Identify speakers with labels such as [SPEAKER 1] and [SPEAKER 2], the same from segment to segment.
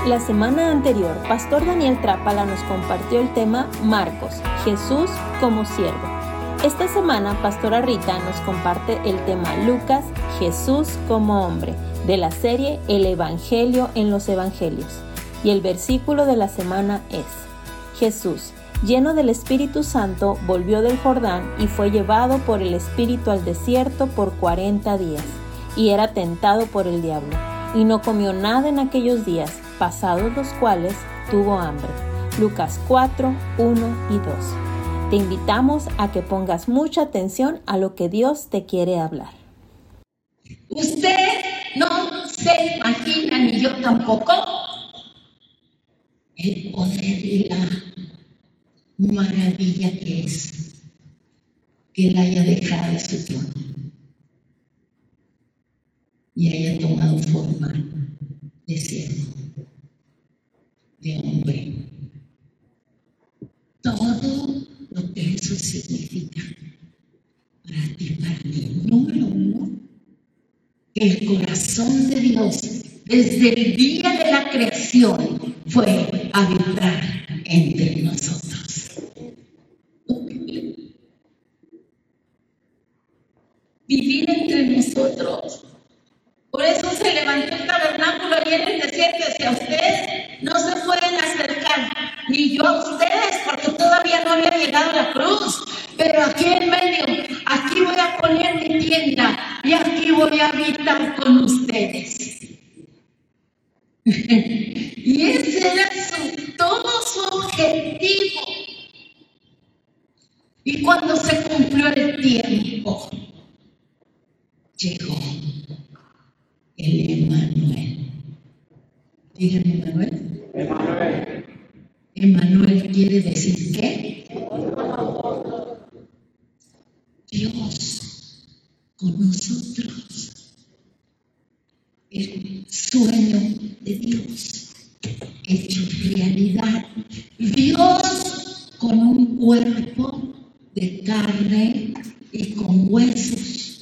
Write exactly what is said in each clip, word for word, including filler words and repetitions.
[SPEAKER 1] La semana anterior, Pastor Daniel Trápala nos compartió el tema Marcos, Jesús como siervo. Esta semana, Pastora Rita nos comparte el tema Lucas, Jesús como hombre, de la serie El Evangelio en los Evangelios. Y el versículo de la semana es: Jesús, lleno del Espíritu Santo, volvió del Jordán y fue llevado por el Espíritu al desierto por cuarenta días, y era tentado por el diablo, y no comió nada en aquellos días, pasados los cuales tuvo hambre. Lucas cuatro, uno y dos. Te invitamos a que pongas mucha atención a lo que Dios te quiere hablar.
[SPEAKER 2] Usted no se imagina, ni yo tampoco, el poder y la maravilla que es que Él haya dejado su trono y haya tomado forma de siervo, de hombre. Todo lo que eso significa para ti, para mí. Número uno, el corazón de Dios desde el día de la creación fue habitar entre nosotros. Vivir entre nosotros. Por eso se levantó el tabernáculo ahí en el desierto. Decía: ustedes no se pueden acercar, ni yo a ustedes, porque todavía no había llegado la cruz. Pero aquí en medio, aquí voy a poner mi tienda y aquí voy a habitar con ustedes. Y ese era su, todo su objetivo. Y cuando se cumplió el tiempo, llegó el Emmanuel. Díganme, Emmanuel. Emmanuel. Emmanuel quiere decir ¿qué? Dios con nosotros. El sueño de Dios hecho realidad. Dios con un cuerpo de carne y con huesos.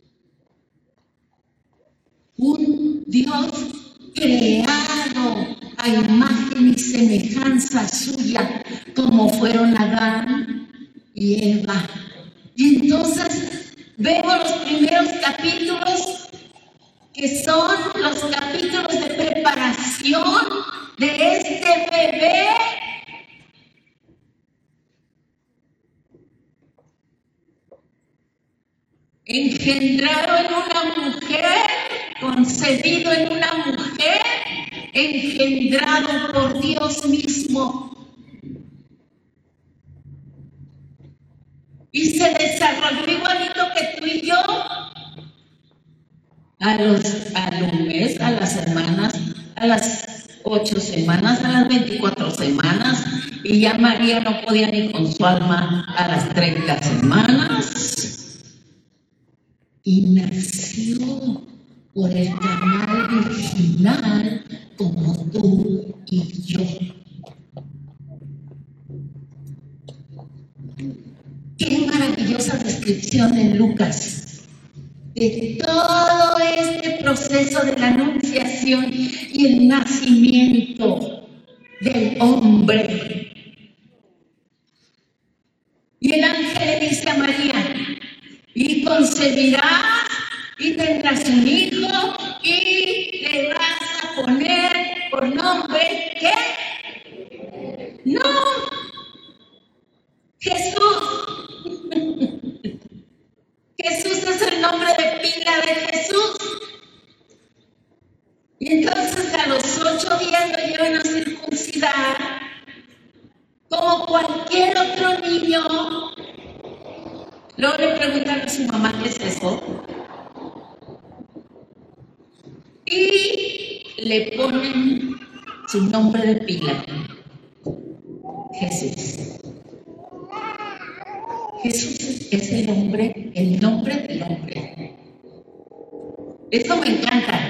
[SPEAKER 2] Un Dios creado a imagen y semejanza suya, como fueron Adán y Eva. Y entonces vemos los primeros capítulos, que son los capítulos de preparación de este bebé. Engendrado en una mujer, concebido en una mujer, engendrado por Dios mismo. Y se desarrolló igualito que tú y yo. A los al mes, a las semanas, a las ocho semanas, a las veinticuatro semanas. Y ya María no podía ni con su alma a las treinta semanas. Y nació por el canal virginal como tú y yo. Qué maravillosa descripción en Lucas de todo este proceso de la anunciación y el nacimiento del hombre. Y el ángel le dice a María: y concebirás y tendrás un hijo y le vas a poner por nombre ¿qué? No, Jesús. Jesús es el nombre de pila de Jesús. Y entonces a los ocho días lo llevan a circuncidar como cualquier otro niño. Luego le preguntan a su mamá qué es eso. Y le ponen su nombre de pila: Jesús. Jesús es el hombre, el nombre del hombre. Esto me encanta.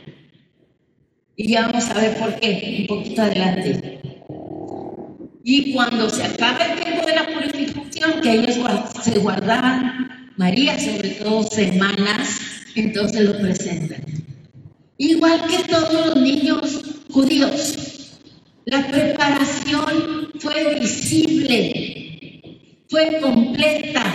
[SPEAKER 2] Y ya vamos a ver por qué, un poquito adelante. Y cuando se acaba el tiempo de la purificación, que ellos se guardaban, María sobre todo semanas, entonces lo presentan. Igual que todos los niños judíos. La preparación fue visible, fue completa.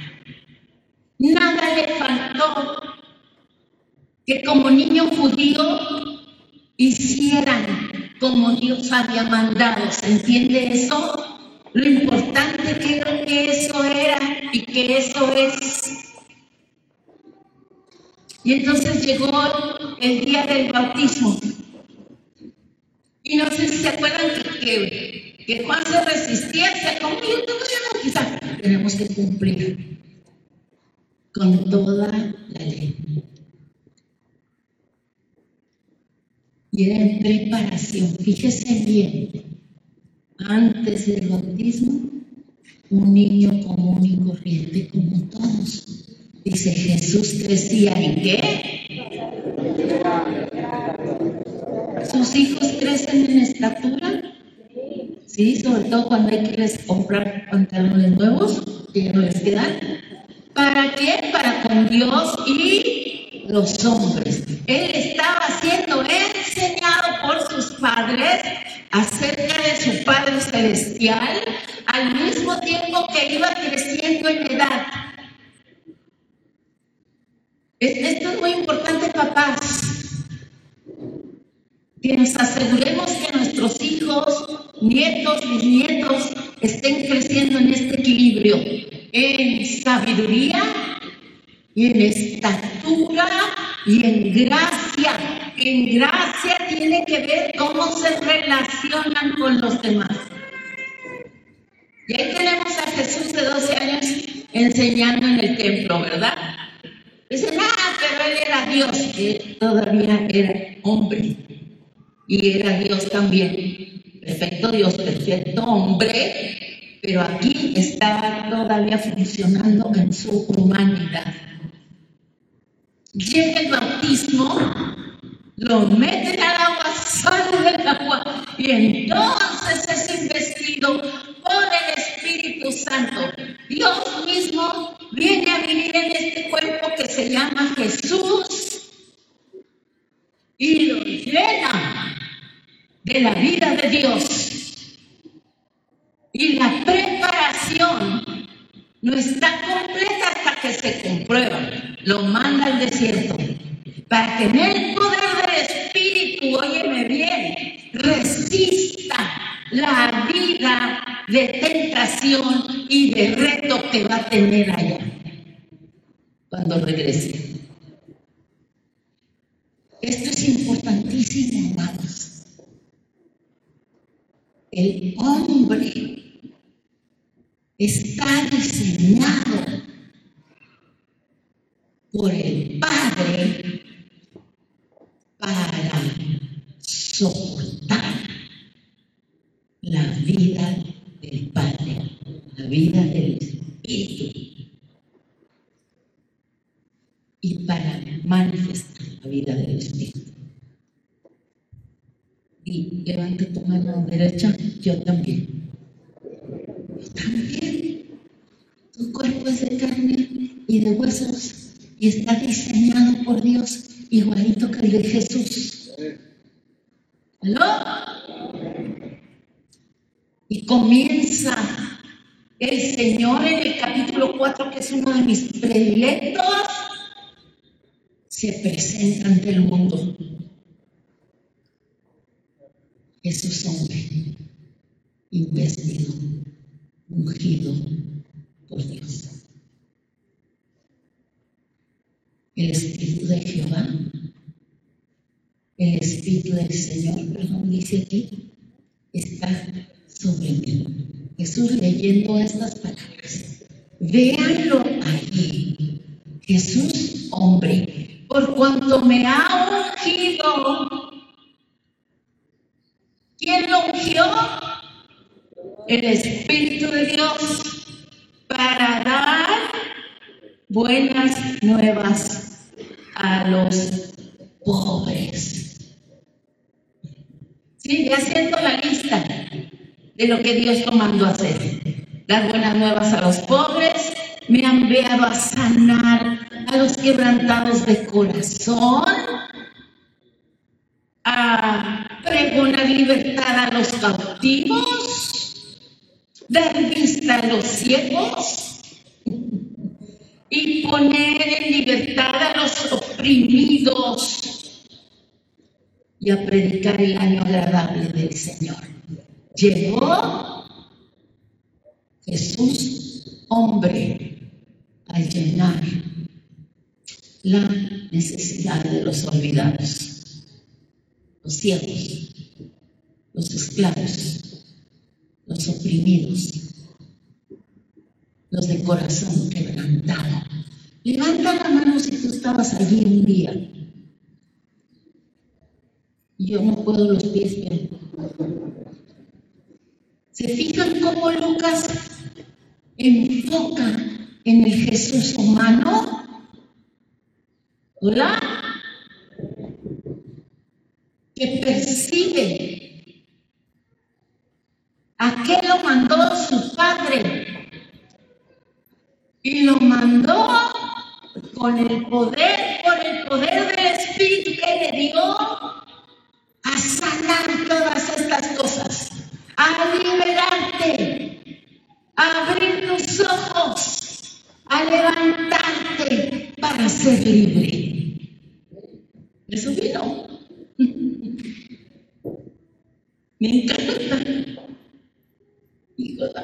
[SPEAKER 2] Nada le faltó. Que como niño judío hicieran como Dios había mandado. ¿Se entiende eso? Lo importante que era que eso era y que eso es. Y entonces llegó el día del bautismo. Y no sé si se acuerdan que, que, que Juan se resistía, decía, ¿cómo yo te voy a bautizar? Tenemos que cumplir con toda la ley. Y era en preparación. Fíjese bien, antes del bautismo, un niño común y corriente como todos. Dice, Jesús crecía ¿en qué? ¿Sus hijos crecen en estatura? Sí, sobre todo cuando hay que les comprar pantalones nuevos, que ya no les quedan. ¿Para qué? Para con Dios y los hombres. Él estaba siendo enseñado por sus padres acerca de su Padre Celestial, al mismo tiempo que iba creciendo en edad. Esto es muy importante, papás, que nos aseguremos que nuestros hijos, nietos, bisnietos estén creciendo en este equilibrio, en sabiduría y en estatura y en gracia. En gracia tiene que ver cómo se relacionan con los demás. Y ahí tenemos a Jesús de doce años enseñando en el templo, ¿verdad? Dicen, ah, pero él era Dios. Él todavía era hombre. Y era Dios también. Perfecto Dios, perfecto hombre. Pero aquí estaba todavía funcionando en su humanidad. Llega el bautismo, lo meten al agua, sale del agua. Y entonces es investido por el Espíritu Santo. Dios mismo viene a vivir en este cuerpo que se llama Jesús y lo llena de la vida de Dios. Y la preparación no está completa hasta que se comprueba. Lo manda al desierto para que en el poder del Espíritu, óyeme bien, resista la vida de tentación y de reto que va a tener allá cuando regrese. Esto es importantísimo, hermanos. El hombre está diseñado por el Padre para soportar la vida del Padre, la vida del Espíritu, y para manifestar la vida del Espíritu. Y levante tu mano derecha, yo también. Yo también. Tu cuerpo es de carne y de huesos y está diseñado por Dios igualito que el de Jesús. ¿Aló? Y comienza el Señor en el capítulo cuatro, que es uno de mis predilectos, se presenta ante el mundo. Jesús hombre, investido, ungido por Dios. El Espíritu de Jehová, el Espíritu del Señor, perdón, dice aquí, está sobre mí. Jesús leyendo estas palabras. Véanlo allí. Jesús, hombre, por cuanto me ha ungido. ¿Quién lo ungió? El Espíritu de Dios, para dar buenas nuevas a los pobres. Sigue haciendo la lista de lo que Dios lo mandó a hacer. Dar buenas nuevas a los pobres, me ha enviado a sanar a los quebrantados de corazón, a preparar poner libertad a los cautivos, dar vista a los ciegos y poner en libertad a los oprimidos y a predicar el año agradable del Señor. Llegó Jesús, hombre, a llenar la necesidad de los olvidados, los ciegos, los esclavos, los oprimidos, los de corazón quebrantado. Levanta la mano si tú estabas allí un día. Yo no puedo los pies ver. ¿Se fijan cómo Lucas enfoca en el Jesús humano? ¿Hola? Que percibe a qué lo mandó su padre, y lo mandó con el poder, por el poder del Espíritu que le dio, a sanar todas estas cosas, a liberarte, a abrir tus ojos, a levantarte para ser libre. Eso vino. Me encanta. Hijo,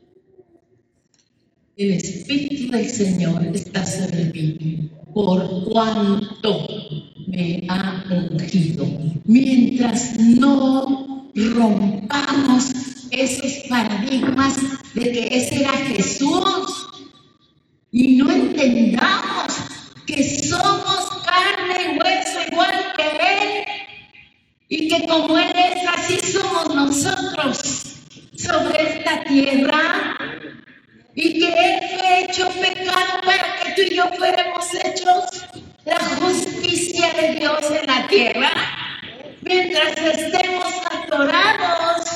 [SPEAKER 2] el Espíritu del Señor está sobre mí, por cuanto me ha ungido. Mientras no rompamos esos paradigmas de que ese era Jesús y no entendamos que somos carne y hueso igual que Él, y que como Él es, así somos nosotros sobre esta tierra, y que Él fue hecho pecado para que tú y yo fuéramos hechos la justicia de Dios en la tierra. Mientras estemos atorados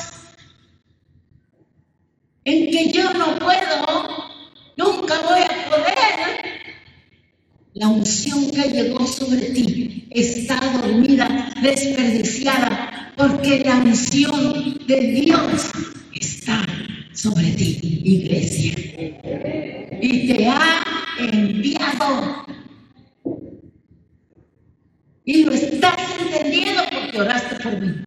[SPEAKER 2] en que yo no puedo, nunca voy a poder, la unción que llegó sobre ti está dormida, desperdiciada, porque la unción de Dios está sobre ti, iglesia, y te ha enviado, y lo estás entendiendo porque oraste por mí.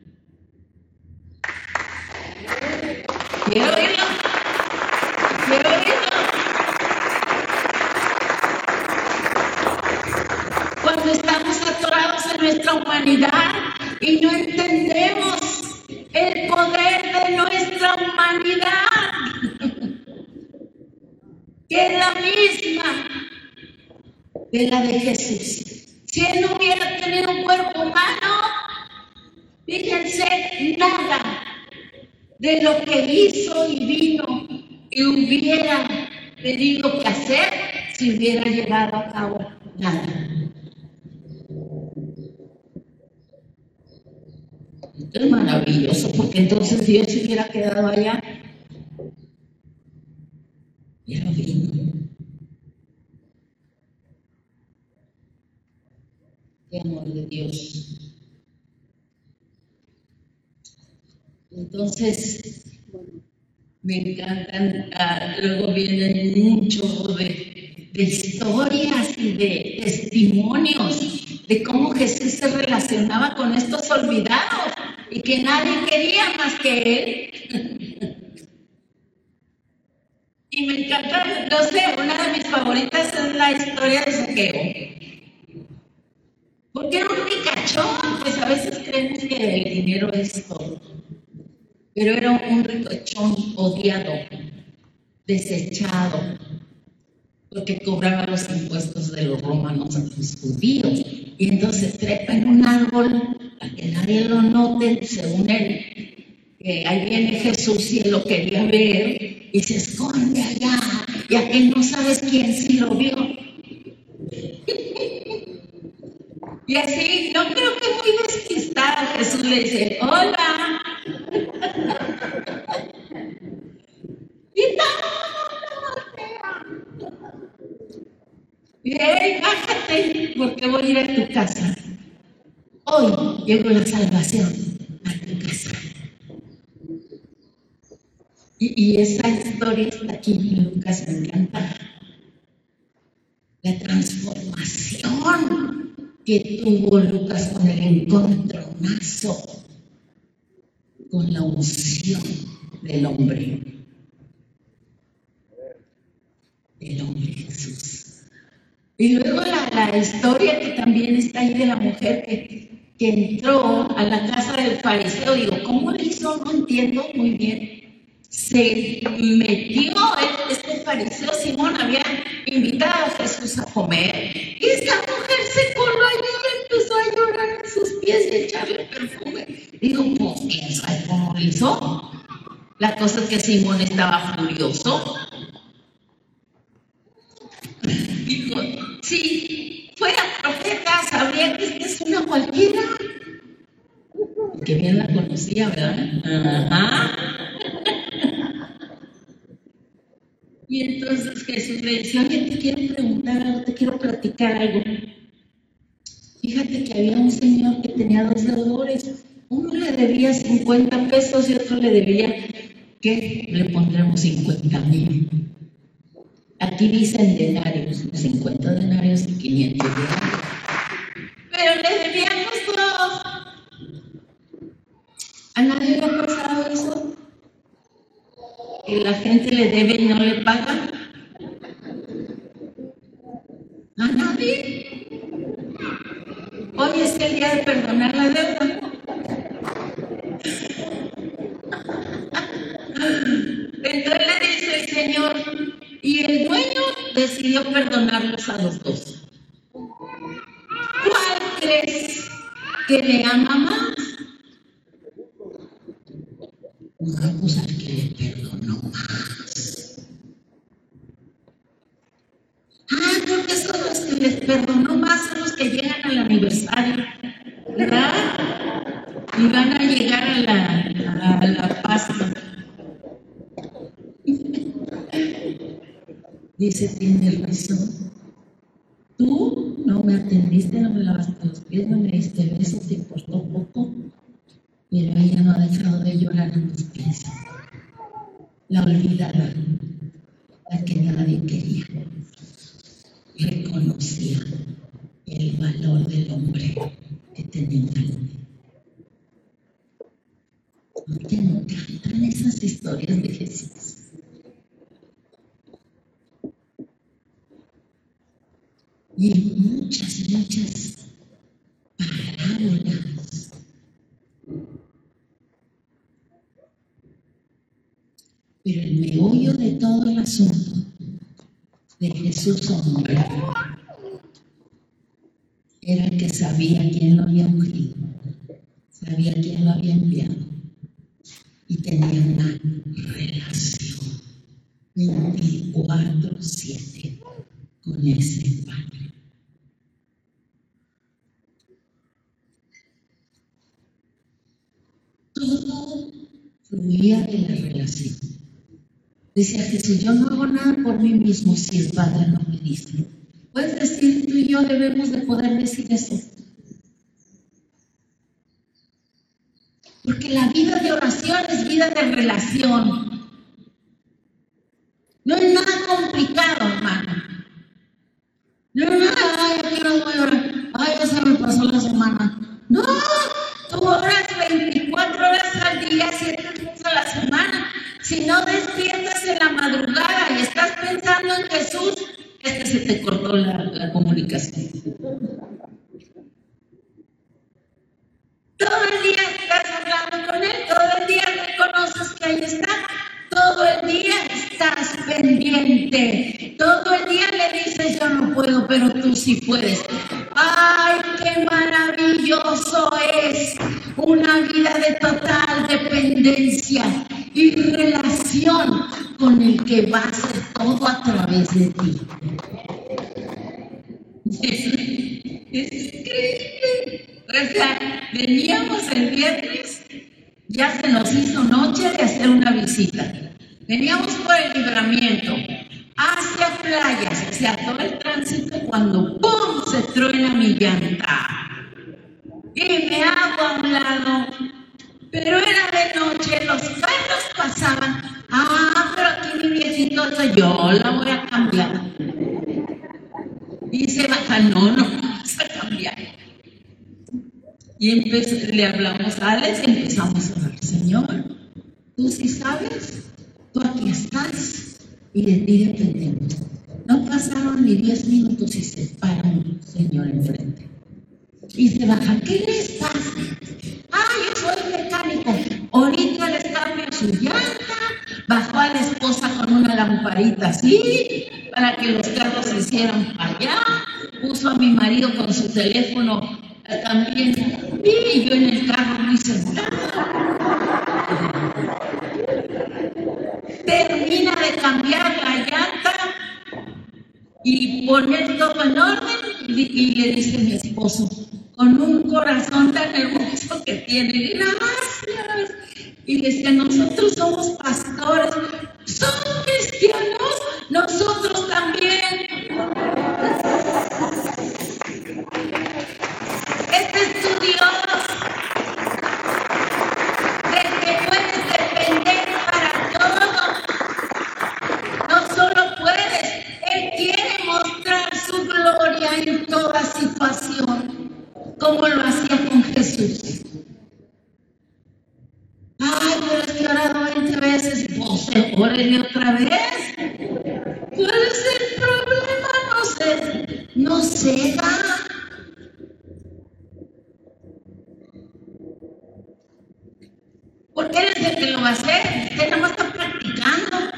[SPEAKER 2] Quiero oírlo, quiero oírlo. Cuando estamos atorados en nuestra humanidad y no entendemos el poder de nuestra humanidad, que es la misma de la de Jesús. Si Él no hubiera tenido un cuerpo humano, fíjense, nada de lo que hizo y vino y hubiera tenido que hacer si hubiera llevado a cabo nada. Es maravilloso, porque entonces Dios se hubiera quedado allá. Pero vino. Qué amor de Dios. Entonces, me encantan, uh, luego vienen mucho de, de historias y de testimonios de cómo Jesús se relacionaba con estos olvidados y que nadie quería más que Él. Y me encanta, no sé, una de mis favoritas es la historia de Zaqueo. Porque era un ricachón, pues a veces creemos que el dinero es todo. Pero era un ricachón odiado, desechado, porque cobraba los impuestos de los romanos a los judíos. Y entonces trepa en un árbol para que nadie lo note, según él, que ahí viene Jesús y él lo quería ver, y se esconde allá, y aquel no sabes quién sí lo vio. Y así, no creo que muy despistada, Jesús le dice, hola. Y no, no, no, no. Y hey, bájate, porque voy a ir a tu casa. Hoy llegó la salvación Y, y esa historia está aquí en Lucas, me encanta. La transformación que tuvo Lucas con el encontronazo, con la unción del hombre, del hombre Jesús. Y luego la, la historia que también está ahí de la mujer que, que entró a la casa del fariseo. Digo, ¿cómo le hizo? No entiendo muy bien. Se metió, este fariseo Simón había invitado a Jesús a comer, y esta mujer se coló allí y empezó a llorar en sus pies y a echarle perfume. Digo, pues, ¿quién sabe cómo lo hizo? La cosa es que Simón estaba furioso. Dijo, si fuera profeta, sabría que esta es una cualquiera. Que bien la conocía, ¿verdad? Ajá. Y entonces Jesús le dice, oye, te quiero preguntar algo, te quiero platicar algo. Fíjate que había un señor que tenía dos deudores. Uno le debía cincuenta pesos y otro le debía, ¿qué? Le pondremos cincuenta mil. Aquí dicen denarios, cincuenta denarios y quinientos denarios. Pero le debíamos todos. ¿A nadie le ha pasado eso? ¿Que la gente le debe y no le paga? ¿A nadie? Hoy es el día de perdonar la deuda. Entonces le dice el Señor, y el dueño decidió perdonarlos a los dos. ¿Cuál crees que le ama más? Vamos al que le perdonó más. Ah, porque son los que les perdonó más, son los que llegan al aniversario, ¿verdad? Y van a llegar a la, a la Pascua. Dice, tiene razón. Tú no me atendiste, no me lavaste los pies, no me diste besos, te importó poco. Pero ella no ha dejado de llorar en mis pies. La olvidada, la que nadie quería, reconocía el valor del hombre que tenía enfrente. ¿No te encantan esas historias de Jesús? Y muchas, muchas parábolas. Pero el meollo de todo el asunto de Jesús hombre era el que sabía quién lo había ungido, sabía quién lo había enviado y tenía una relación veinticuatro siete con ese Padre. Todo fluía de la relación. Decía Jesús, yo no hago nada por mí mismo si el Padre no me dice. Puedes decir, tú y yo debemos de poder decir eso. Porque la vida de oración es vida de relación. No es nada complicado, hermano. No es nada, ay, aquí no voy a orar. Ay, ya se me pasó la semana. No, tú oras veinticuatro horas al día, siete días a la semana. Si no despiertas en la madrugada y estás pensando en Jesús, es que se te cortó la, la comunicación. Todo el día estás hablando con Él, todo el día reconoces que ahí está, todo el día estás pendiente, todo el día le dices, yo no puedo, pero tú sí puedes. ¡Ay, qué maravilloso es una vida de total dependencia y relación con el que va a hacer todo a través de ti! Es, es increíble. O sea, veníamos el viernes, ya se nos hizo noche de hacer una visita. Veníamos por el Libramiento hacia Playas, se ató el tránsito cuando ¡pum! Se truena mi llanta. Y me hago a un lado, pero era de noche, los carros pasaban. ¡Ah! yo la voy a cambiar. Y se baja, no, no vas a cambiar. Y empe- le hablamos a Alex y empezamos a hablar, Señor, tú sí sabes, tú aquí estás y de ti dependemos. No pasaron ni diez minutos y se para un señor enfrente. Y se baja, ¿qué les pasa? Ah, yo soy mecánico. Ahorita les cambio su llanta. Bajó a la esposa con una lamparita así para que los carros se hicieran para allá. Puso a mi marido con su teléfono eh, también. Y yo en el carro muy sentada. Termina de cambiar la llanta y poner todo en orden. Y, y le dice a mi esposo, con un corazón tan hermoso que tiene, gracias. Y le decía, nosotros somos pastores, son cristianos, nosotros también. Este es tu Dios, del que puedes depender para todo. No solo puedes, Él quiere mostrar su gloria en toda situación, como lo hacía con Jesús. Ay, pero es que he orado veinte veces. Pues órale otra vez. ¿Cuál es el problema? No sé. No ceda. Porque él es el que lo va a hacer. Usted nada más está practicando.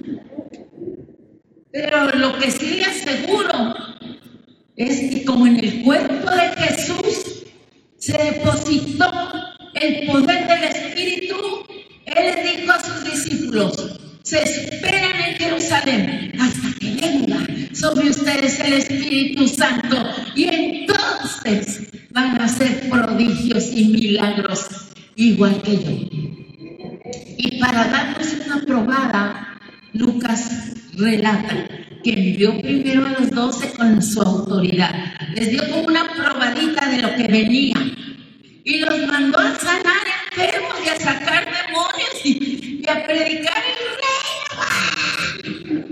[SPEAKER 2] Pero lo que sí le aseguro es que como en el cuerpo de Jesús se depositó el poder del Espíritu, Él les dijo a sus discípulos, se esperan en Jerusalén hasta que venga sobre ustedes el Espíritu Santo y entonces van a hacer prodigios y milagros igual que yo. Y para darnos una probada, Lucas relata que envió primero a los doce con su autoridad. Les dio como una probadita de lo que venía. Y los mandó a sanar enfermos y a sacar demonios y, y a predicar el reino.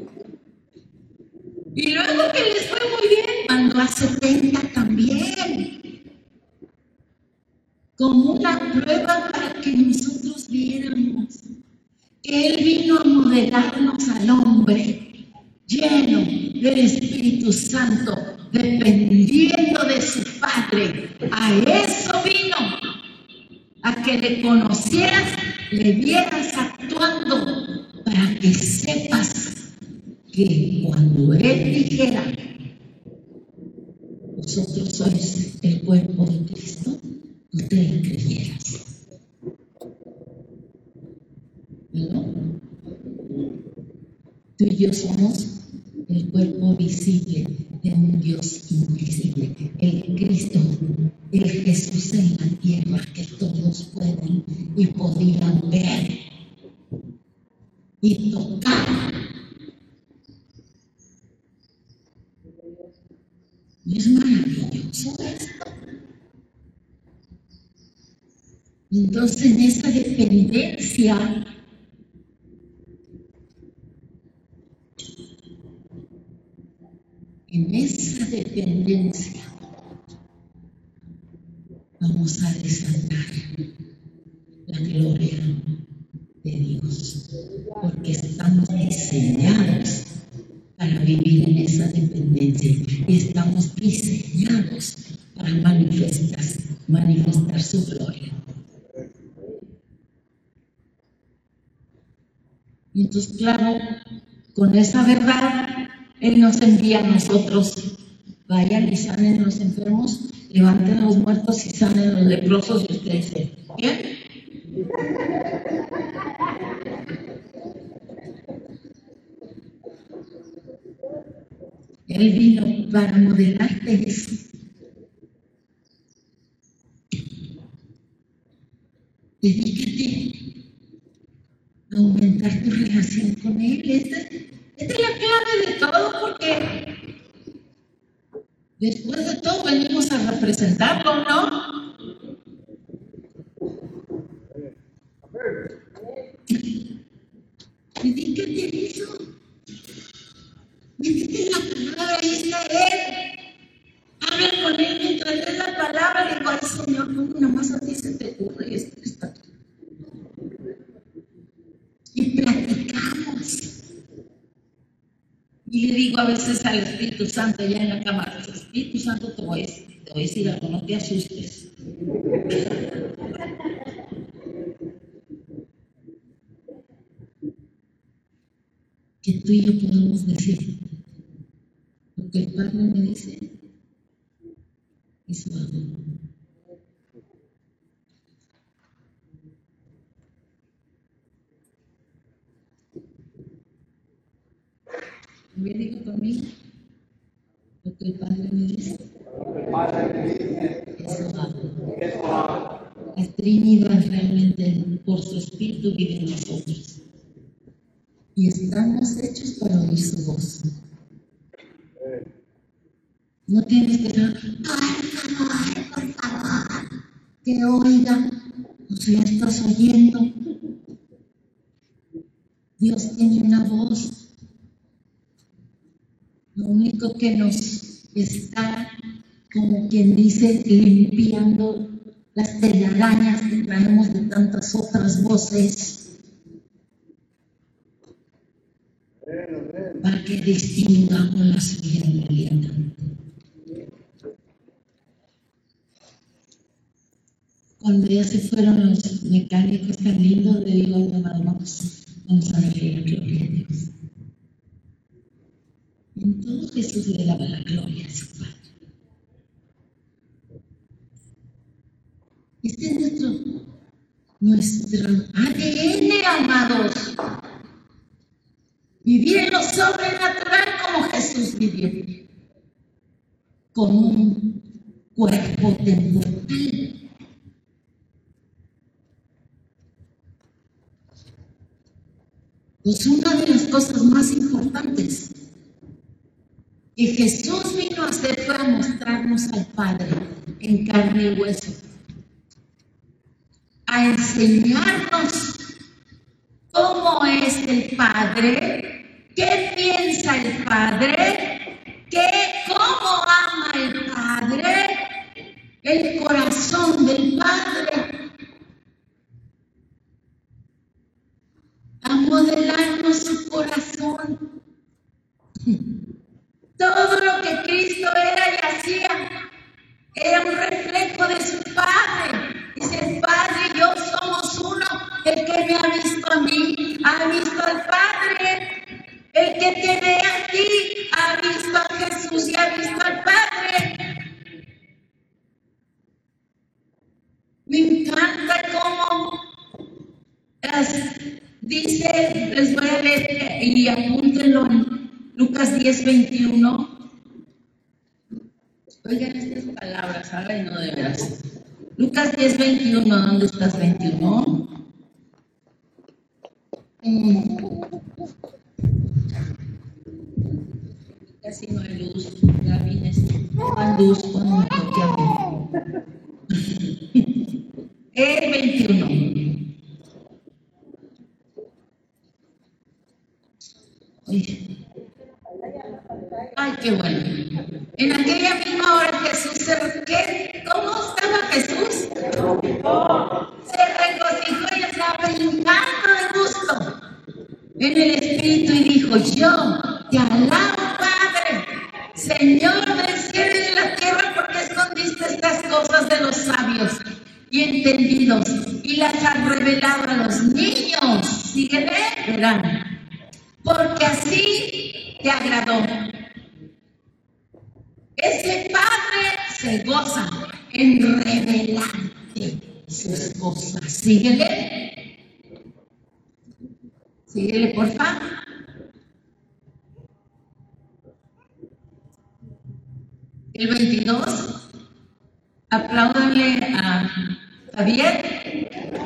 [SPEAKER 2] Y luego que les fue muy bien, mandó a setenta también. Como una prueba para que nosotros viéramos que Él vino a modelarnos al hombre lleno del Espíritu Santo, dependiendo de su Padre. A eso vino, a que le conocieras, le vieras actuando, para que sepas que cuando Él dijera, vosotros sois el cuerpo de Cristo, tú te le creyeras. ¿No? Tú y yo somos el cuerpo visible de un Dios invisible, el Cristo, el Jesús en la tierra que todos pueden y podían ver y tocar. Y es maravilloso esto. Entonces, en esa dependencia, en esa dependencia, vamos a desatar la gloria de Dios, porque estamos diseñados para vivir en esa dependencia y estamos diseñados para manifestar, manifestar su gloria. Y entonces, claro, con esa verdad, Él nos envía a nosotros. Vayan y sanen a los enfermos, levanten a los muertos y sanen a los leprosos. Y usted dice, ¿bien? Él vino para modelarte eso. Dedícate a aumentar tu relación con Él. Esta, esta es la clave de todo, porque después de todo venimos a representarlo, ¿no? Dedícate a eso. a ti se te ocurre esto que está aquí. Y platicamos. Y le digo a veces al Espíritu Santo, ya en la cama, Espíritu Santo, te voy a decir, te voy a decir algo, no te asustes. Que tú y yo podamos decir lo que el Padre me dice, eso hago. ¿Me digo conmigo? Lo que el Padre me dice, eso hago. La Trinidad realmente por su Espíritu vive en nosotros. Y estamos hechos para oír su voz. No tienes que estar, ay, por favor, que oiga, o sea, estás oyendo. Dios tiene una voz. Lo único que nos está, como quien dice, limpiando las telarañas que traemos de tantas otras voces, para que distingamos la suya inmediatamente. Cuando ya se fueron los mecánicos tan lindos, le digo al llamado, vamos, vamos a darle la gloria a Dios. Y en todo Jesús le daba la gloria a su Padre. Este es nuestro, nuestro A D N, amados. Vivir en lo sobrenatural como Jesús vivió, con un cuerpo temporal. Pues una de las cosas más importantes que Jesús vino a hacer fue a mostrarnos al Padre en carne y hueso, a enseñarnos cómo es el Padre, qué piensa el Padre, qué, cómo ama el Padre, el corazón del Padre. A modelarnos su corazón. Todo lo que Cristo era y hacía era un reflejo de su Padre. Dice, el Padre y yo somos uno. El que me ha visto a mí, ha visto al Padre. El que te ve a ti, ha visto a Jesús y ha visto al Padre. Me encanta cómo las, dice, les voy a leer y apúntenlo en Lucas diez, veintiuno. Oigan estas palabras, ay, no de veras. Lucas diez, veintiuno, ¿dónde estás, veintiuno? Mm. Casi no hay luz, Gaby, no hay luz cuando me toque a mí. El veintiuno. Oye. Ay, qué bueno. En aquella misma hora Jesús se ¿qué? ¿Cómo estaba Jesús? Se regocijó y estaba brincando de gusto en el Espíritu y dijo, yo te alabo, Padre, Señor del cielo y de la tierra, porque escondiste estas cosas de los sabios y entendidos y las has revelado a los niños. Sígueme, verán, porque así te agradó. Ese Padre se goza en revelarte sus cosas. Síguele. Síguele, por favor. El veintidós. Apláudanle a Javier.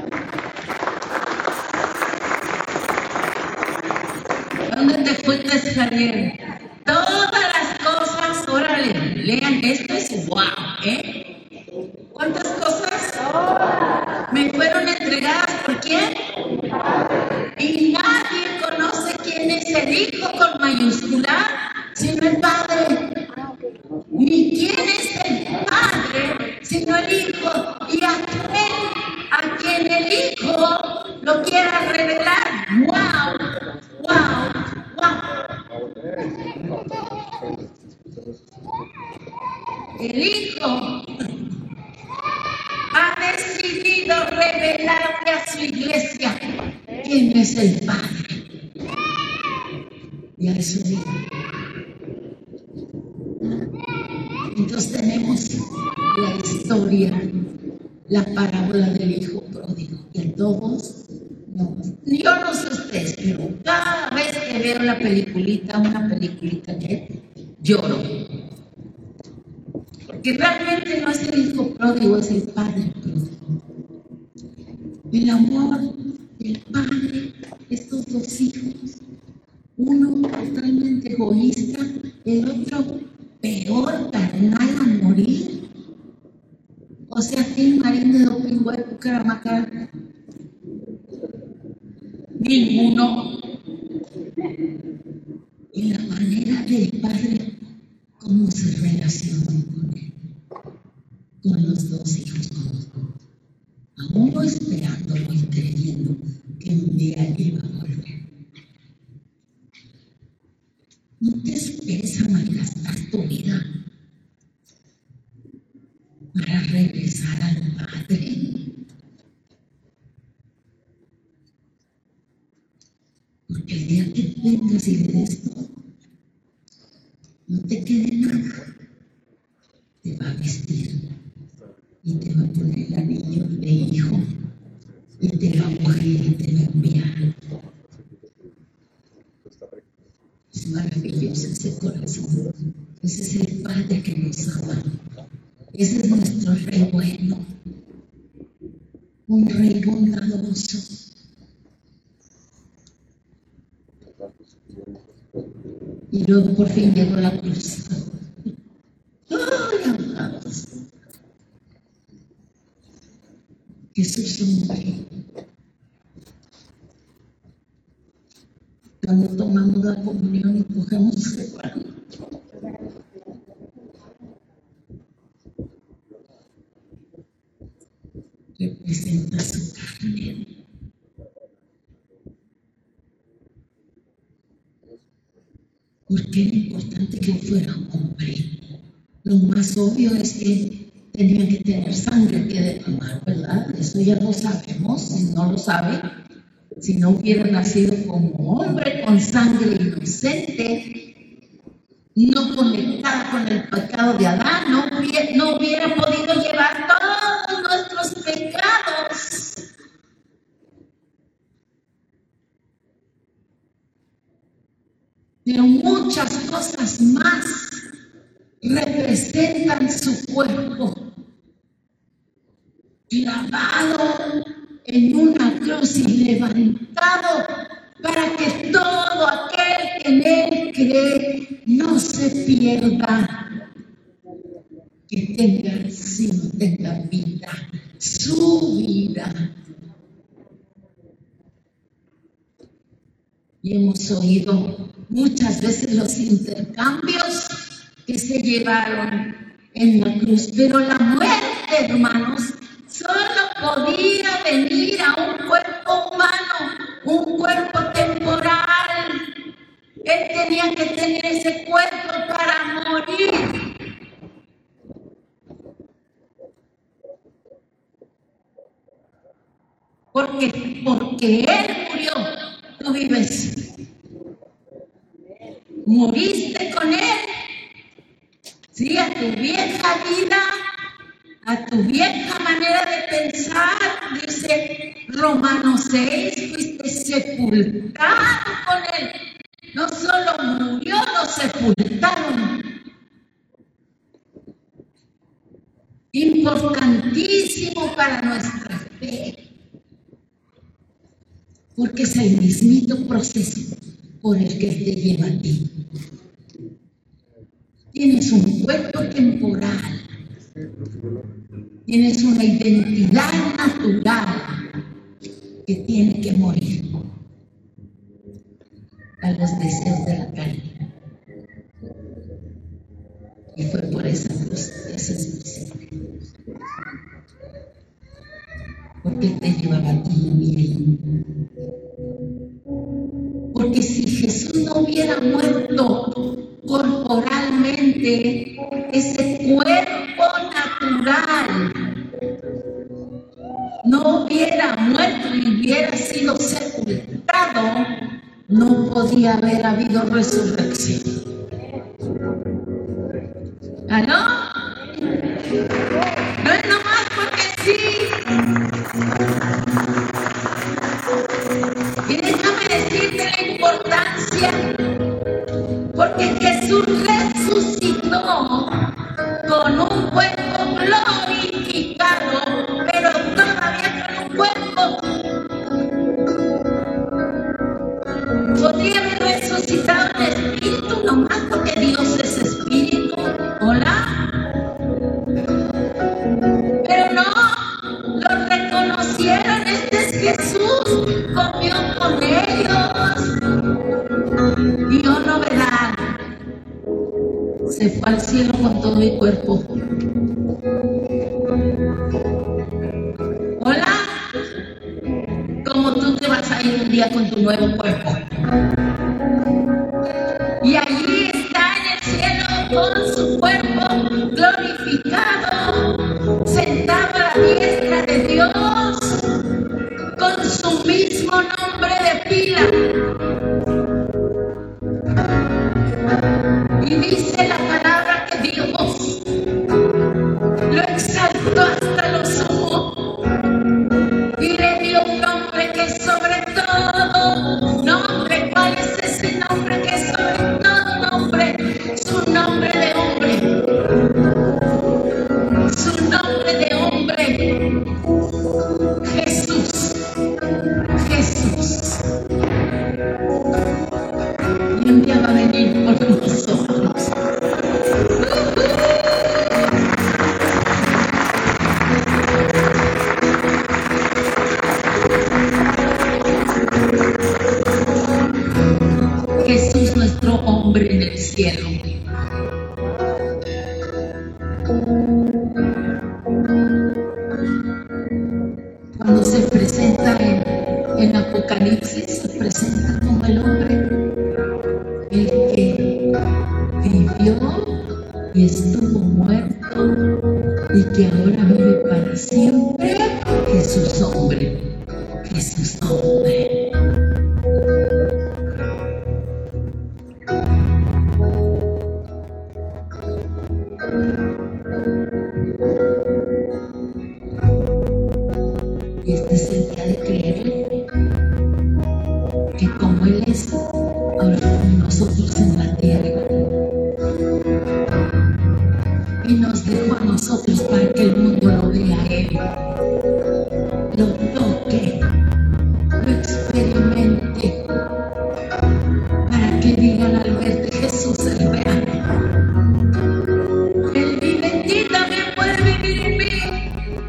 [SPEAKER 2] ¿Dónde te fuiste, Javier? Todas las cosas, órale, lean, esto es wow, ¿eh? ¿Cuántas cosas? Me fueron entregadas por quién? Y nadie conoce quién es el Hijo con mayúscula, sino el Padre. Ni quién es el Padre, sino el Hijo. Y a lo quiera revelar. ¡Wow! ¡Wow! ¡Wow! El Hijo ha decidido revelarle a su iglesia quién es el Padre. Y a su Hijo. Entonces tenemos la historia, la parábola del hijo pródigo, que todos, no, yo no sé ustedes, pero cada vez que veo la peliculita, una peliculita que lloro. Porque realmente no es el hijo pródigo, es el padre pródigo. El amor del padre, estos dos hijos, uno totalmente egoísta, el otro peor, carnal a morir. O sea, Tim Marín de Dopingüe, Bucaramanga, ninguno. Y la manera del padre, cómo se relaciona con él, con los dos hijos, a uno esperándolo y creyendo que un día iba a volver. ¿No te esperes a malgastar tu vida para regresar al Padre? Porque el día que vengas y de esto no te quede nada, te va a vestir y te va a poner el anillo de hijo y te va a ungir y te va a enviar. Es maravilloso ese corazón. Ese es el Padre que nos ama. Ese es nuestro Rey bueno, un Rey bondadoso. Y luego por fin llegó la cruz. ¡Ay, amados! Jesús es un Rey. Cuando tomamos la comunión y cogemos ese pan, representa su carne. Porque era importante que fuera hombre. Lo más obvio es que tenía que tener sangre que derramar, ¿verdad? Eso ya lo sabemos. Si no lo sabe, si no hubiera nacido como hombre con sangre inocente, no conectada con el pecado de Adán, no hubiera, no hubiera podido llevar todos nuestros pecados. Pero muchas cosas más representan su cuerpo clavado en una cruz y levantado para que todo aquel que en él cree no se pierda, que tenga, sino tenga vida, su vida. Y hemos oído muchas veces los intercambios que se llevaron en la cruz, pero la muerte, hermanos, solo podía venir a un cuerpo humano, un cuerpo temporal. Él tenía que tener ese cuerpo para morir. Porque, porque Él murió, tú vives. Moriste con Él. Sí, a tu vieja vida, a tu vieja manera de pensar, dice Romanos seis, fuiste sepultado con Él. No solo murió, lo sepultaron. Importantísimo para nuestra fe. Porque es el mismito proceso por el que te lleva a ti. Tienes un cuerpo temporal. Tienes una identidad natural que tiene que morir a los deseos de la carne. Y fue por esa cruz, eso es posible. porque Él te llevaba a ti y ahí. Porque si Jesús no hubiera muerto corporalmente, ese cuerpo natural no hubiera muerto y hubiera sido sepultado, no podía haber habido resurrección. ¿Aló? No es nomás porque sí. Y déjame decirte la importancia, porque Jesús resucitó con un cuerpo glorificado, pero todavía con un cuerpo. Podría haber resucitado en espíritu, nomás porque Dios es espíritu. ¿Hola? Pero no, lo reconocieron. Este es Jesús, comió con ellos. Y oh novedad, se fue al cielo con todo mi cuerpo. Hola, como tú te vas a ir un día con tu nuevo cuerpo. Y allí está en el cielo con su cuerpo glorificado, sentado a la diestra de Dios, con su mismo nombre de pila. Y dice la palabra que Dios lo exaltó hasta lo sumo y le dio un nombre que es sobre todo nombre. ¿Cuál es ese nombre que es sobre todo nombre? Su nombre de hombre. Su nombre de hombre. Jesús. Jesús. Y un día va a venir por nosotros. Jesús, nuestro hombre en el cielo. Cuando se presenta en, en Apocalipsis, se presenta como el hombre, el que vivió y estuvo muerto y que ahora vive para siempre. Jesús hombre, Jesús hombre. Y este es el día de creerle, que como Él es, ahora como nosotros en la tierra. Y nos dejó a nosotros para que el mundo lo vea a Él, lo toque, lo experimente, para que digan al verte Jesús, Él vea. Él vive en ti, también puede vivir en mí.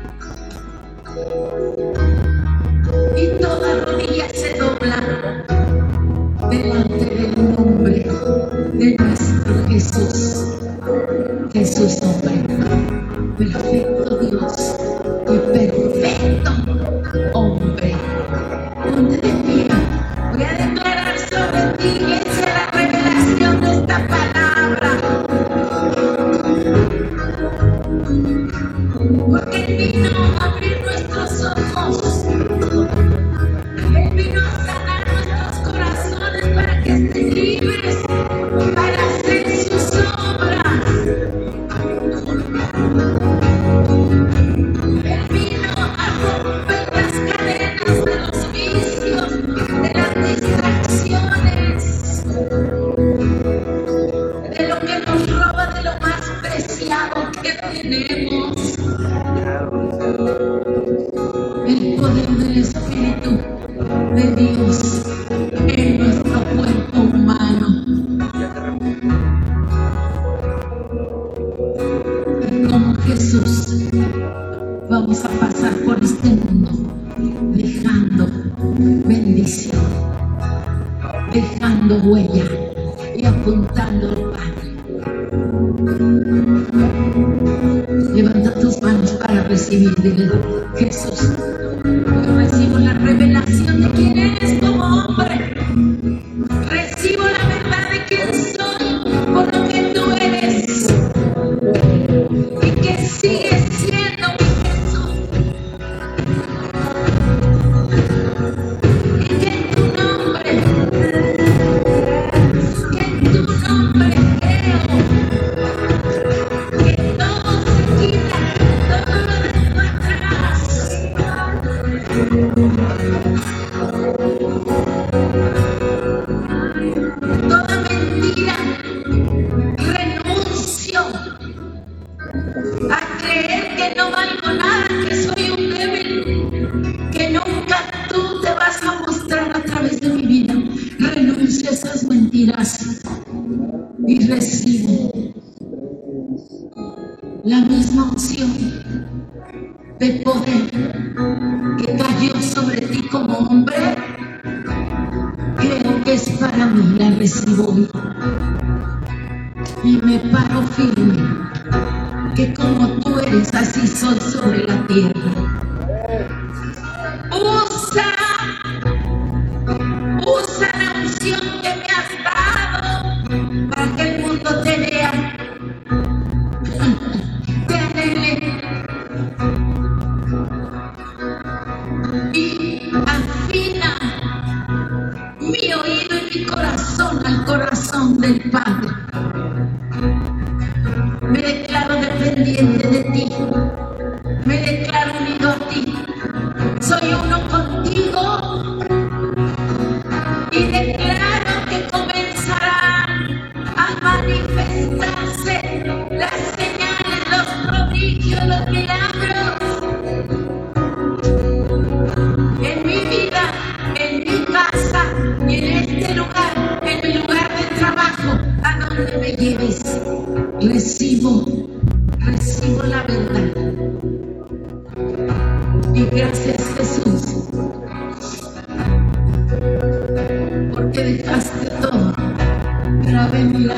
[SPEAKER 2] Y toda rodilla se dobla delante del nombre de nuestro Jesús. Jesús hombre, perfecto Dios y perfecto hombre. Ponte de pie. Voy a declarar sobre ti, esa es la revelación de esta palabra. Porque Él vino a abrir nuestros ojos. Él vino a sanar nuestros corazones para que estén libres, para hacer sus obras. Él vino a romper las cadenas de los vicios, de las distracciones, de lo que nos roba, de lo más preciado que tenemos. El poder del Espíritu de Dios en nuestro cuerpo humano. Y como Jesús, vamos a pasar por este mundo dejando bendición, dejando huella y apuntando al Padre. Levanta tus manos para recibir. Dile: Jesús, revelación de quién eres como hombre. Recibo la verdad de quién soy por lo que tú eres y que sigues siendo mi Jesús. Y que en tu nombre, que en tu nombre creo que todo se quita, todo lo dejo atrás. Toda mentira, renuncio a creer que no valgo nada, que soy un débil, que nunca tú te vas a mostrar a través de mi vida. Renuncio a esas mentiras y recibo la misma unción de poder que cayó sobre ti como hombre. Creo que es para mí, la recibo hoy y me paro firme, que como tú eres, así soy sobre la tierra. Usa, usa la unción que me has dado para que el mundo te vea, te anhele y afina mi oído y mi corazón al corazón del Padre. Me declaro dependiente de ti, me declaro unido a ti, soy uno contigo y declaro que comenzarán a manifestarse las señales, los prodigios, los milagros en mi vida, en mi casa y en este lugar, en mi lugar de trabajo, a donde me lleves. Recibo, recibo la verdad. Y gracias, Jesús, porque dejaste todo para venir a